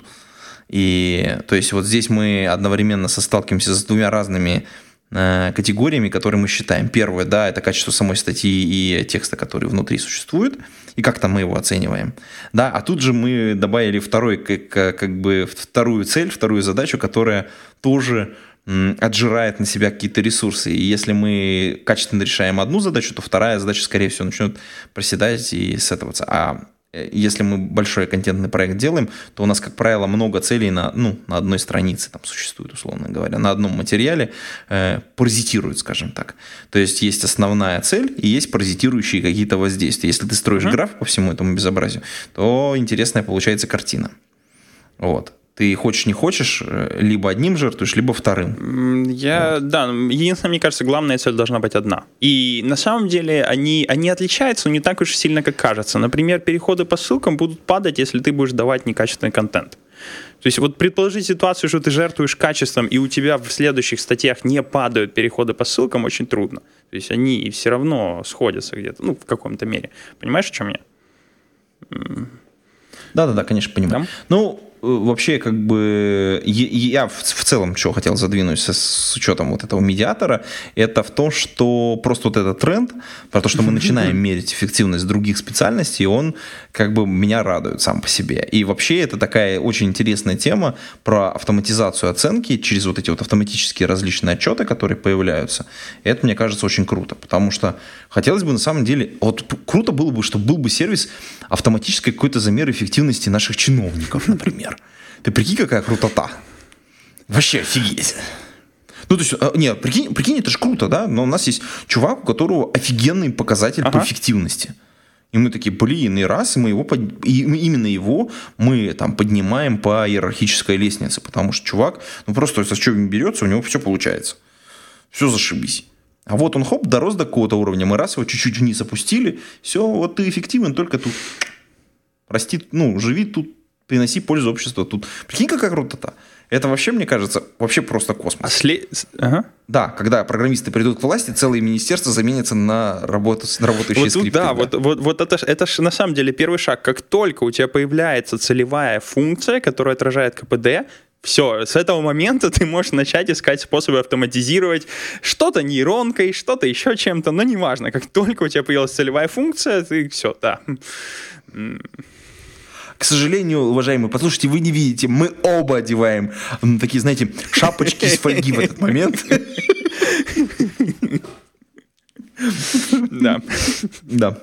И то есть вот здесь мы одновременно сталкиваемся с двумя разными категориями, которые мы считаем. Первое, да, это качество самой статьи и текста, который внутри существует, и как-то мы его оцениваем. Да, а тут же мы добавили второй, как, как бы вторую цель, вторую задачу, которая тоже м, отжирает на себя какие-то ресурсы. И если мы качественно решаем одну задачу, то вторая задача, скорее всего, начнет проседать и сетоваться. А если мы большой контентный проект делаем, то у нас, как правило, много целей на, ну, на одной странице там существует, условно говоря, на одном материале э, паразитируют, скажем так. То есть есть основная цель и есть паразитирующие какие-то воздействия. Если ты строишь mm-hmm. граф по всему этому безобразию, то интересная получается картина. Вот. Ты хочешь, не хочешь, либо одним жертвуешь, либо вторым. Я, вот. Да, единственное, мне кажется, главная цель должна быть одна. И на самом деле они, они отличаются, но не так уж сильно, как кажется. Например, переходы по ссылкам будут падать, если ты будешь давать некачественный контент. То есть вот предположить ситуацию, что ты жертвуешь качеством, и у тебя в следующих статьях не падают переходы по ссылкам, очень трудно. То есть они все равно сходятся где-то, ну, в каком-то мере. Понимаешь, о чем я? Да-да-да, конечно, понимаю. Да? Ну, вообще, как бы, я в целом, что хотел задвинуть с, с учетом вот этого медиатора, это в том, что просто вот этот тренд, про то, что мы начинаем мерить эффективность других специальностей, он как бы меня радует сам по себе. И вообще это такая очень интересная тема про автоматизацию оценки через вот эти вот автоматические различные отчеты, которые появляются. И это, мне кажется, очень круто, потому что хотелось бы на самом деле, вот круто было бы, чтобы был бы сервис автоматической какой-то замер эффективности наших чиновников, например. Ты прикинь, какая крутота. Вообще офигеть. Ну, то есть, нет, прикинь, прикинь, это же круто, да? Но у нас есть чувак, у которого офигенный показатель ага. по эффективности. И мы такие, блин, и раз, и мы его, под... и именно его мы там поднимаем по иерархической лестнице, потому что чувак, ну, просто со чего берется, у него все получается. Все зашибись. А вот он, хоп, дорос до какого-то уровня, мы раз его чуть-чуть вниз опустили, все, вот ты эффективен, только тут расти, ну, живи тут, приноси пользу обществу тут. Прикинь, какая крутота. Это вообще, мне кажется, вообще просто космос. А сле... ага. Да, когда программисты придут к власти, целые министерства заменятся на, работу, на работающие вот тут, скрипты. Да, да, вот, вот, вот это, это же на самом деле первый шаг. Как только у тебя появляется целевая функция, которая отражает ка пэ дэ, все, с этого момента ты можешь начать искать способы автоматизировать что-то нейронкой, что-то еще чем-то, но неважно. Как только у тебя появилась целевая функция, ты все, да. К сожалению, уважаемые, послушайте, вы не видите, мы оба одеваем такие, знаете, шапочки из фольги в этот момент. Да. Да.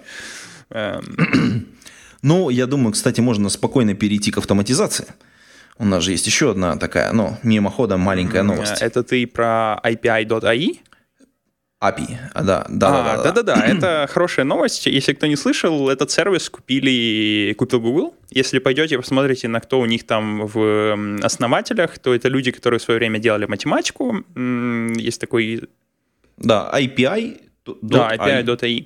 Ну, я думаю, кстати, можно спокойно перейти к автоматизации. У нас же есть еще одна такая, ну, мимоходом маленькая новость. Это ты про эй пи ай точка ай и? эй пи ай, да, да, а, да, да, да, это хорошая новость. Если кто не слышал, этот сервис купили, купил Google. Если пойдете, посмотрите, на кто у них там в основателях, то это люди, которые в свое время делали математику. Есть такой... Да, эй пи ай. Да, эй пи ай точка ай и.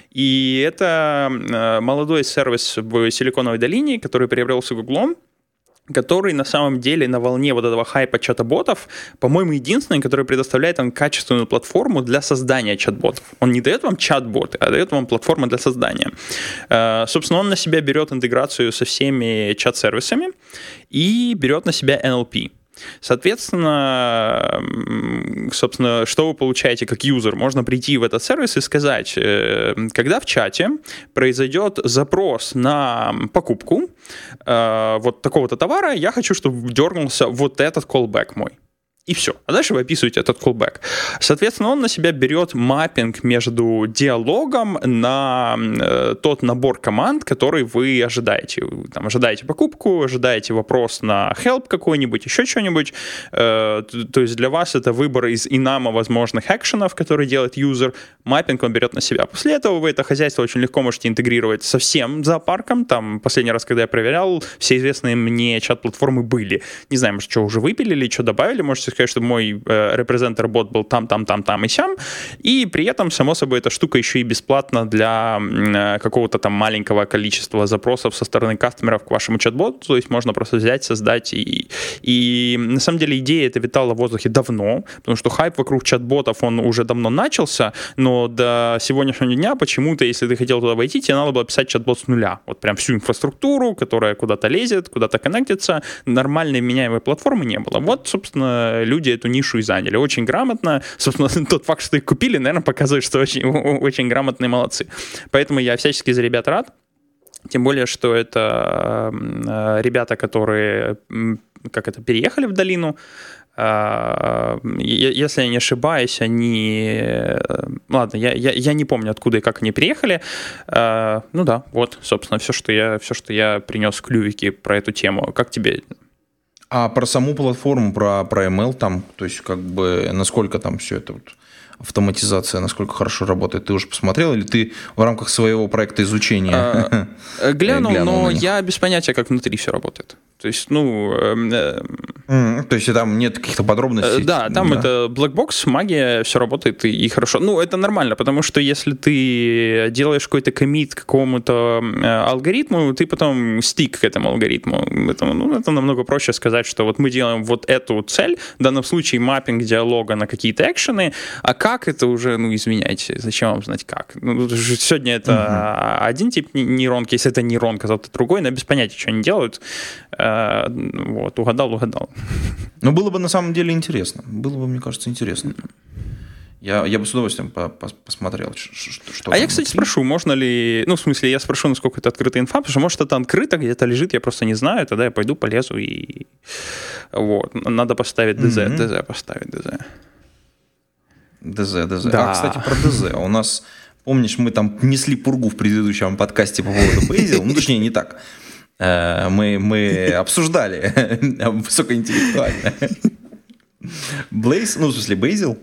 И это молодой сервис в Силиконовой долине, который приобрелся Гуглом, который на самом деле на волне вот этого хайпа чат-ботов, по-моему, единственный, который предоставляет вам качественную платформу для создания чат-ботов. Он не дает вам чат-боты, а дает вам платформу для создания. Собственно, он на себя берет интеграцию со всеми чат-сервисами и берет на себя эн эл пи. Соответственно, собственно, что вы получаете как юзер? Можно прийти в этот сервис и сказать, когда в чате произойдет запрос на покупку вот такого-то товара, я хочу, чтобы дернулся вот этот callback мой. И все. А дальше вы описываете этот callback. Соответственно, он на себя берет маппинг между диалогом на э, тот набор команд, который вы ожидаете. Вы там ожидаете покупку, ожидаете вопрос на help какой-нибудь, еще что-нибудь. Э, то, то есть для вас это выбор из инама возможных экшенов, которые делает юзер. Маппинг он берет на себя. После этого вы это хозяйство очень легко можете интегрировать со всем зоопарком. Там последний раз, когда я проверял, все известные мне чат-платформы были. Не знаю, может, что уже выпилили, что добавили, можете сказать, чтобы мой э, репрезентер-бот был там, там, там, там и сям. И при этом, само собой, эта штука еще и бесплатна для э, какого-то там маленького количества запросов со стороны кастомеров к вашему чат-боту. То есть можно просто взять, создать. И, и на самом деле идея эта витала в воздухе давно, потому что хайп вокруг чат-ботов, он уже давно начался, но до сегодняшнего дня почему-то, если ты хотел туда войти, тебе надо было писать чат-бот с нуля. Вот прям всю инфраструктуру, которая куда-то лезет, куда-то коннектится. Нормальной меняемой платформы не было. Вот, собственно, люди эту нишу и заняли. Очень грамотно. Собственно, тот факт, что их купили, наверное, показывает, что очень, очень грамотные молодцы. Поэтому я всячески за ребят рад. Тем более, что это ребята, которые как это, переехали в долину. Если я не ошибаюсь, они... Ладно, я, я, я не помню, откуда и как они приехали. Ну да, вот, собственно, все, что я, все, что я принес в клювике про эту тему. Как тебе... А про саму платформу, про, про эм эл там, то есть как бы насколько там все это вот, автоматизация, насколько хорошо работает, ты уже посмотрел или ты в рамках своего проекта изучения? А, глянул, глянул, но я без понятия, как внутри все работает. То есть, ну... Э, mm, то есть там нет каких-то подробностей? Э, да, там да. Это blackbox, магия, все работает и, и хорошо. Ну, это нормально, потому что если ты делаешь какой-то коммит к какому-то алгоритму, ты потом стик к этому алгоритму. Это, ну, это намного проще сказать, что вот мы делаем вот эту цель, в данном случае маппинг диалога на какие-то экшены, а как это уже, ну, извиняйте, зачем вам знать как? Ну, сегодня это mm-hmm. один тип нейронки, если это нейронка, то это другой, но без понятия, что они делают. Вот, угадал, угадал. Ну, было бы на самом деле интересно. Было бы, мне кажется, интересно. Я, я бы с удовольствием по- по- посмотрел, что, что А я, кстати, внутри. Спрошу, можно ли... Ну, в смысле, я спрошу, насколько это открытая инфа, потому что, может, это открыто, где-то лежит, я просто не знаю, тогда я пойду, полезу и... Вот, надо поставить ДЗ, mm-hmm. ДЗ поставить, ДЗ. ДЗ, ДЗ. Да. А, кстати, про ДЗ. У нас, помнишь, мы там несли пургу в предыдущем подкасте по поводу Bazel, ну, точнее, не так. Мы, мы обсуждали высокоинтеллектуально. Blaze, ну, в смысле, Bazel.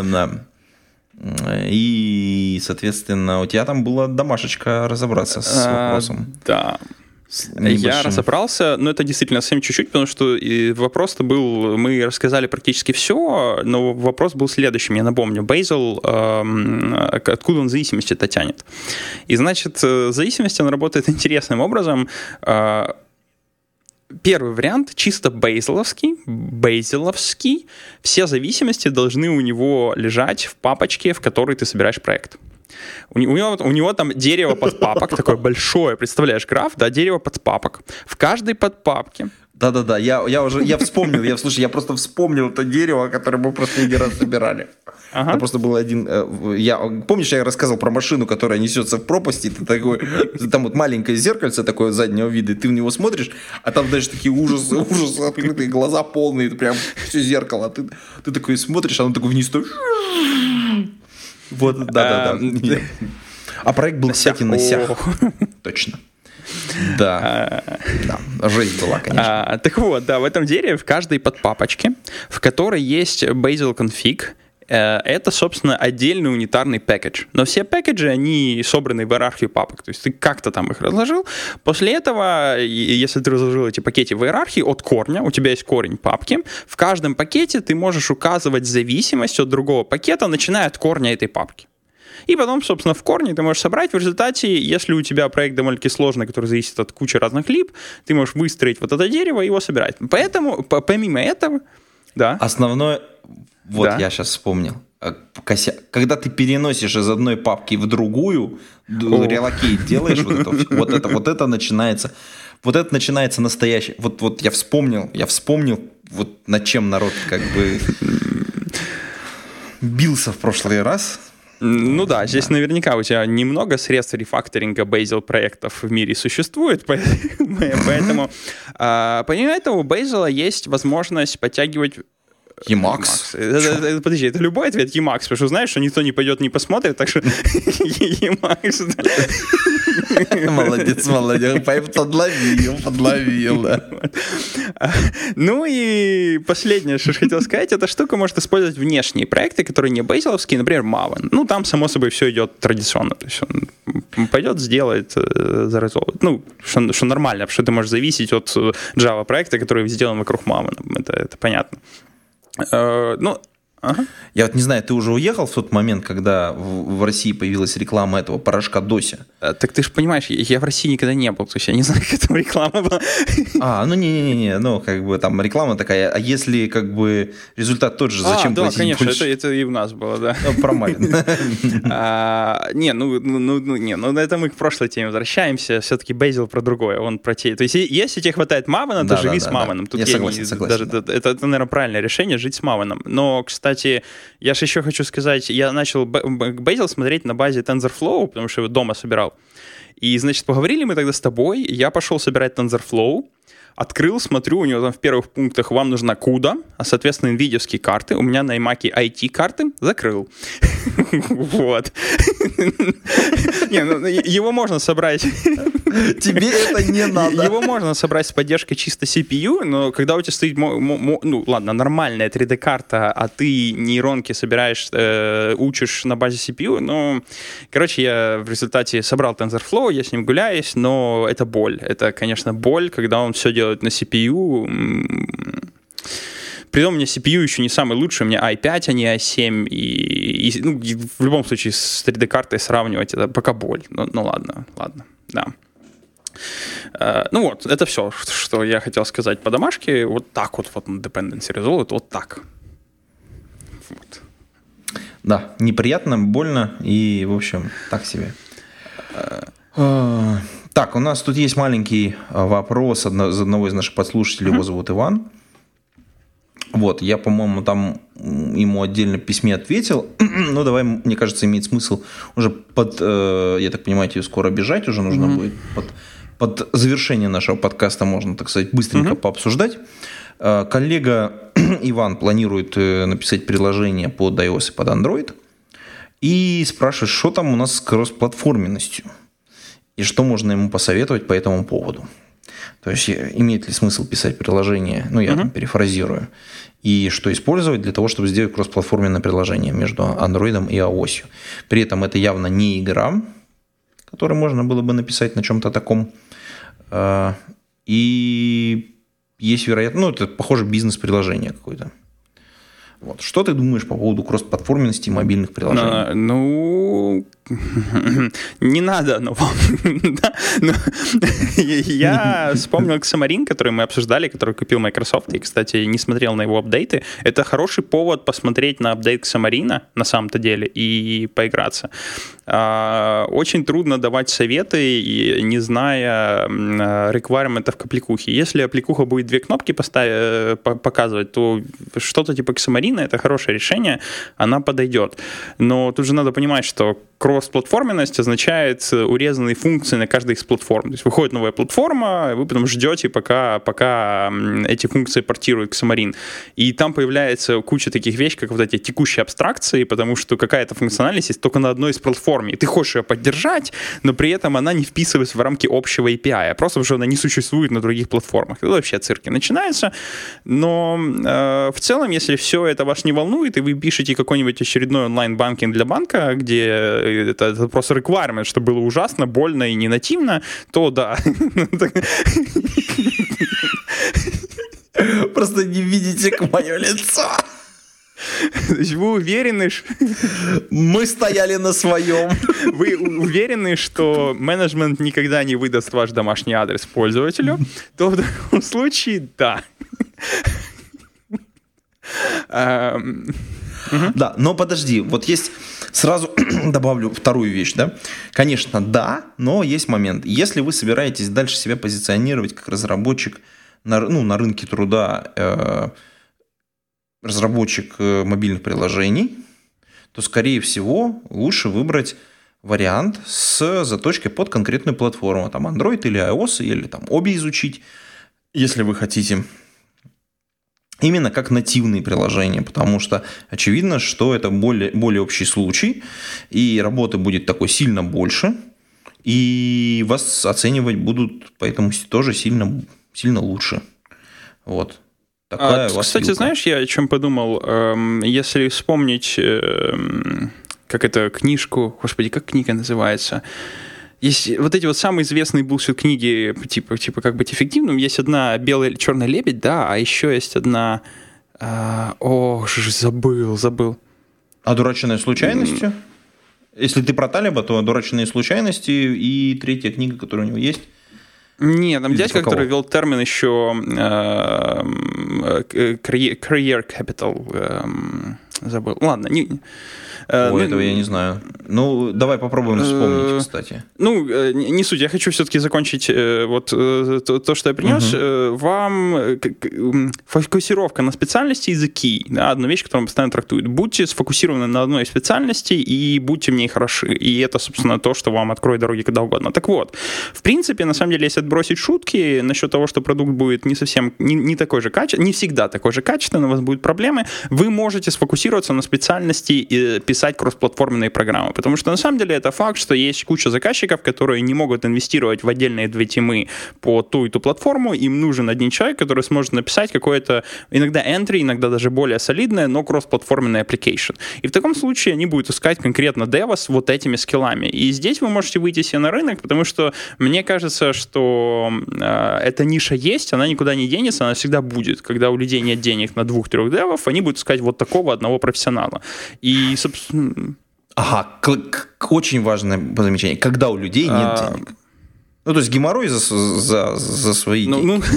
И, соответственно, у тебя там была домашечка разобраться с вопросом. А, да. Я разобрался, но это действительно совсем чуть-чуть, потому что вопрос-то был, мы рассказали практически все, но вопрос был следующим, я напомню, Bazel, э, откуда он зависимости-то тянет. И, значит, зависимость, она работает интересным образом. Э, Первый вариант чисто бейзеловский, бейзеловский. Все зависимости должны у него лежать в папочке, в которой ты собираешь проект. У него, у него там дерево подпапок, такое большое, представляешь, граф, да, дерево подпапок. В каждой подпапке. Да-да-да, я, я уже, я вспомнил, я, слушай, я просто вспомнил то дерево, которое мы в последний раз собирали. Ага. Это просто был один, я, помнишь, я рассказывал про машину, которая несется в пропасти, ты такой, там вот маленькое зеркальце такое заднего вида, и ты в него смотришь, а там даже такие ужасы, ужасы, открытые глаза полные, прям все зеркало, ты, ты такой смотришь, оно такое вниз, то... Вот, да-да-да. А проект был, кстати, на сях. Точно. Да, да, жесть была, конечно. А, так вот, да, в этом дереве в каждой подпапочке, в которой есть Bazel config, это, собственно, отдельный унитарный пакетч. Но все пакеджи, они собраны в иерархию папок. То есть ты как-то там их разложил. После этого, если ты разложил эти пакеты в иерархии от корня, у тебя есть корень папки, в каждом пакете ты можешь указывать зависимость от другого пакета, начиная от корня этой папки. И потом, собственно, в корне ты можешь собрать. В результате, если у тебя проект довольно-таки сложный, который зависит от кучи разных лип, ты можешь выстроить вот это дерево и его собирать. Поэтому, помимо этого, да. Основное... Вот да. Я сейчас вспомнил. Когда ты переносишь из одной папки в другую, релокейт делаешь, вот это, вот это, вот это начинается, вот это начинается настоящее. Вот, вот я вспомнил, я вспомнил, вот над чем народ как бы бился в прошлый раз. Ну да, здесь да. Наверняка у тебя немного средств рефакторинга Bazel проектов в мире существует, поэтому помимо этого у Bazel есть возможность подтягивать Emacs. Emacs. Подожди, это любой ответ Emacs, потому что знаешь, что никто не пойдет, не посмотрит, так что Emacs. Молодец, молодец, подловил, подловил, да. Ну и последнее, что я хотел сказать, эта штука может использовать внешние проекты, которые не бейзеловские, например, Maven. Ну, там, само собой, все идет традиционно. То есть он пойдет, сделает, заразовывает. Ну, что, что нормально, потому что ты можешь зависеть от Java проекта, который сделан вокруг Maven. Это, это понятно. Uh, ну, ага. Я вот не знаю, ты уже уехал в тот момент, когда в, в России появилась реклама этого порошка Дося? Uh, так ты же понимаешь, я, я в России никогда не был, то есть я не знаю, как там реклама была. А, ну не-не-не, ну как бы там реклама такая, а если как бы результат тот же, зачем а, да, платить конечно, больше? Это, это и у нас было, да. Ну, промалин. Не, ну, ну, не, ну это мы к прошлой теме возвращаемся, все-таки Bazel про другое, он про те. То есть если тебе хватает Мавена, то живи с Мавеном. Я согласен, согласен. Это, наверное, правильное решение, жить с Мавеном. Но, кстати, я же еще хочу сказать, я начал Bazel смотреть на базе TensorFlow, потому что его дома собирал. И, значит, поговорили мы тогда с тобой, я пошел собирать TensorFlow, открыл, смотрю, у него там в первых пунктах вам нужна куда, а, соответственно, NVIDIA-ские карты. У меня на iMac ай ти-карты закрыл. Вот. Не, ну, его можно собрать... Тебе это не надо. Его можно собрать с поддержкой чисто си пи ю, но когда у тебя стоит, ну ладно, нормальная три дэ-карта, а ты нейронки собираешь, э, учишь на базе си пи ю, ну, короче, я в результате собрал TensorFlow, я с ним гуляюсь, но это боль. Это, конечно, боль, когда он все делает на си пи ю. Притом у меня си пи ю еще не самый лучший, у меня ай пять, а не ай семь, и, и ну, в любом случае с три дэ-картой сравнивать, это пока боль. Ну, ну ладно, ладно, да. Uh, ну вот, это все, что я хотел сказать по домашке. Вот так вот, вот dependency resolve, вот так. Вот. Да, неприятно, больно и, в общем, так себе. Uh, uh, так, у нас тут есть маленький вопрос одно, из одного из наших подслушателей, uh-huh. его зовут Иван. Вот, я, по-моему, там ему отдельно в письме ответил. Ну, давай, мне кажется, имеет смысл уже под, э, я так понимаю, тебе скоро бежать уже нужно uh-huh. будет. Под, под завершение нашего подкаста можно, так сказать, быстренько uh-huh. пообсуждать. Э, коллега Иван планирует написать приложение под iOS и под Android. И спрашивает, что там у нас с кроссплатформенностью. И что можно ему посоветовать по этому поводу. То есть, имеет ли смысл писать приложение, ну, я uh-huh. перефразирую, и что использовать для того, чтобы сделать кроссплатформенное приложение между Android и iOS. При этом это явно не игра, которую можно было бы написать на чем-то таком. И есть вероятность, ну, это, похоже, бизнес-приложение какое-то. Вот. Что ты думаешь по поводу кроссплатформенности мобильных приложений? Ну, не надо, но, да, но я вспомнил Xamarin, который мы обсуждали, который купил Microsoft, и, кстати, не смотрел на его апдейты. Это хороший повод посмотреть на апдейт Xamarin на самом-то деле и поиграться. Очень трудно давать советы, не зная реквайрментов к аппликухе. Если аппликуха будет две кнопки поставить, показывать, то что-то типа Xamarin — это хорошее решение, она подойдет. Но тут же надо понимать, что кросс-платформенность означает урезанные функции на каждой из платформ. То есть выходит новая платформа, вы потом ждете, пока, пока эти функции портируют Xamarin. И там появляется куча таких вещей, как вот эти текущие абстракции, потому что какая-то функциональность есть только на одной из платформ. И ты хочешь ее поддержать, но при этом она не вписывается в рамки общего эй пи ай, а просто уже она не существует на других платформах. Это вообще цирки начинаются. Но э, в целом, если все это вас не волнует, и вы пишете какой-нибудь очередной онлайн-банкинг для банка, где это, это просто requirement, что было ужасно, больно и не нативно, то да. Просто не видите мое лицо. Вы уверены, что... Мы стояли на своем. Вы уверены, что менеджмент никогда не выдаст ваш домашний адрес пользователю? То в таком случае да. Да, но подожди, вот есть, сразу добавлю вторую вещь, да. Конечно, да, но есть момент. Если вы собираетесь дальше себя позиционировать как разработчик на, ну, на рынке труда, э, разработчик мобильных приложений, то, скорее всего, лучше выбрать вариант с заточкой под конкретную платформу. Там Android или iOS, или там обе изучить, если вы хотите. Именно как нативные приложения, потому что очевидно, что это более, более общий случай, и работы будет такой сильно больше, и вас оценивать будут поэтому тоже сильно, сильно лучше. Вот. Такая а, кстати, вилка. Знаешь, я о чем подумал? Эм, если вспомнить, эм, как это, книжку, господи, как книга называется? Есть вот эти вот самые известные булшит книги, типа, типа как быть эффективным. Есть одна «Белый или черный лебедь», да, а еще есть одна... Э, о, забыл, забыл. «Одураченная случайностью»? Mm. Если ты про Талеба, то «Одураченные случайности» и третья книга, которая у него есть. Нет, там дядька, который вел термин еще э, career capital. Э, забыл. Ладно, не... О, ну, этого я не знаю. Ну, давай попробуем вспомнить, кстати. Ну, не суть. Я хочу все-таки закончить вот то, что я принес. Угу. Вам фокусировка на специальности языки. Да, одна вещь, которую постоянно трактуют. Будьте сфокусированы на одной специальности и будьте в ней хороши. И это, собственно, то, что вам откроет дороги когда угодно. Так вот, в принципе, на самом деле, если отбросить шутки насчет того, что продукт будет не совсем, не, не такой же качественный, не всегда такой же качественный, у вас будут проблемы, вы можете сфокусироваться на специальности и писать кроссплатформенные программы. Потому что на самом деле это факт, что есть куча заказчиков, которые не могут инвестировать в отдельные две темы по ту и ту платформу. Им нужен один человек, который сможет написать какое-то иногда entry, иногда даже более солидное, но кроссплатформенный application. И в таком случае они будут искать конкретно дева с вот этими скиллами. И здесь вы можете выйти себе на рынок, потому что мне кажется, что э, эта ниша есть, она никуда не денется, она всегда будет. Когда у людей нет денег на двух-трех девов, они будут искать вот такого одного профессионала. И, собственно, Ага, к- к- очень важное замечание. Когда у людей нет а... денег. Ну, то есть геморрой за, за, за свои ну, деньги.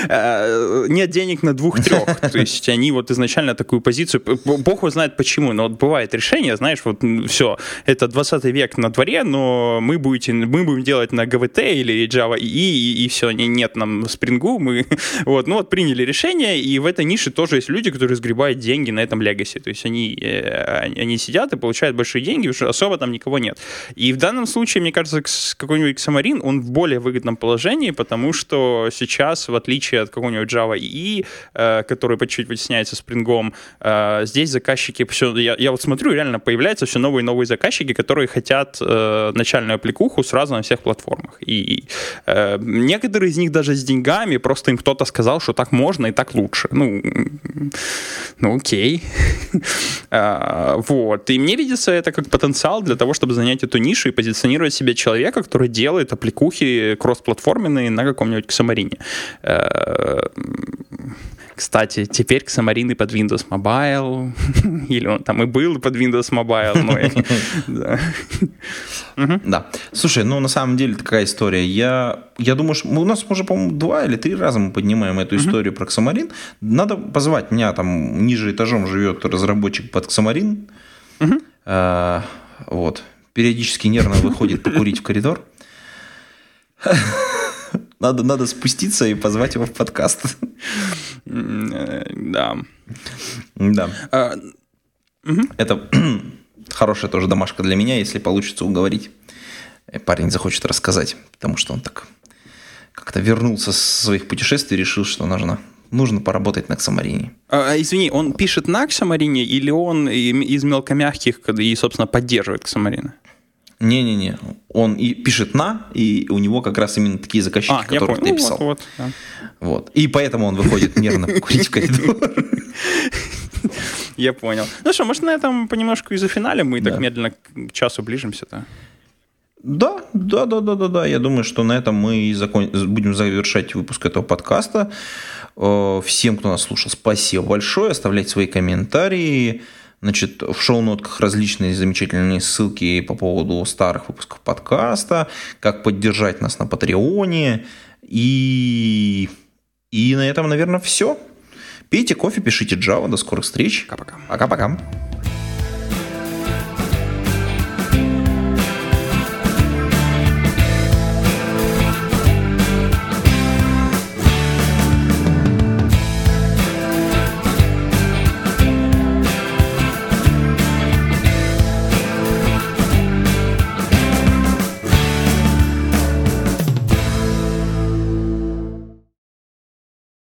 Ну, нет денег на двух-трех. То есть они вот изначально такую позицию... Бог его знает почему, но вот бывает решение, знаешь, вот все, это двадцатый век на дворе, но мы, будете, мы будем делать на джи ви ти или Java и, и, и все, нет нам Spring, мы... Вот, ну вот приняли решение, и в этой нише тоже есть люди, которые сгребают деньги на этом легаси. То есть они, они сидят и получают большие деньги, потому что особо там никого нет. И в данном случае, мне кажется, какой-нибудь Xamarin, он в более выгодном положении, потому что сейчас, в отличие от какого-нибудь Java и и, э, который по чуть-чуть вытесняется Spring, э, здесь заказчики все... Я, я вот смотрю, реально появляются все новые и новые заказчики, которые хотят э, начальную аппликуху сразу на всех платформах. И э, некоторые из них даже с деньгами, просто им кто-то сказал, что так можно и так лучше. Ну, ну окей. Вот. И мне видится это как потенциал для того, чтобы занять эту нишу и позиционировать себе человека, который делает аппликухи кроссплатформенные на каком-нибудь Xamarin. Кстати, теперь Xamarin под Windows Mobile, или он там и был под Windows Mobile, но да. Да. Слушай, ну на самом деле такая история. Я, я думаю, что у нас уже, по-моему, два или три раза мы поднимаем эту историю про Xamarin. Надо позвать меня, там ниже этажом живет разработчик под Xamarin. А, вот. Периодически нервно выходит покурить в коридор. Надо, надо спуститься и позвать его в подкаст. Да. Да. А, угу. Это хорошая тоже домашка для меня, если получится уговорить. Парень захочет рассказать, потому что он так как-то вернулся с своих путешествий и решил, что нужно, нужно поработать на Xamarin. А, извини, он пишет на Xamarin или он из мелкомягких и, собственно, поддерживает Xamarin? Не-не-не, он и пишет на, и у него как раз именно такие заказчики, а, которых ты ну, писал. Вот, вот, да. Вот. И поэтому он выходит нервно покурить в коридор. Я понял. Ну что, может, на этом понемножку и зафиналим, мы да. так медленно к часу ближимся-то. Да, да, да, да, да, да. Я думаю, что на этом мы и закон... будем завершать выпуск этого подкаста. Всем, кто нас слушал, спасибо большое. Оставляйте свои комментарии. Значит, в шоу-нотках различные замечательные ссылки по поводу старых выпусков подкаста, как поддержать нас на Патреоне. И, и на этом, наверное, все. Пейте кофе, пишите Java. До скорых встреч. Пока-пока. Пока-пока.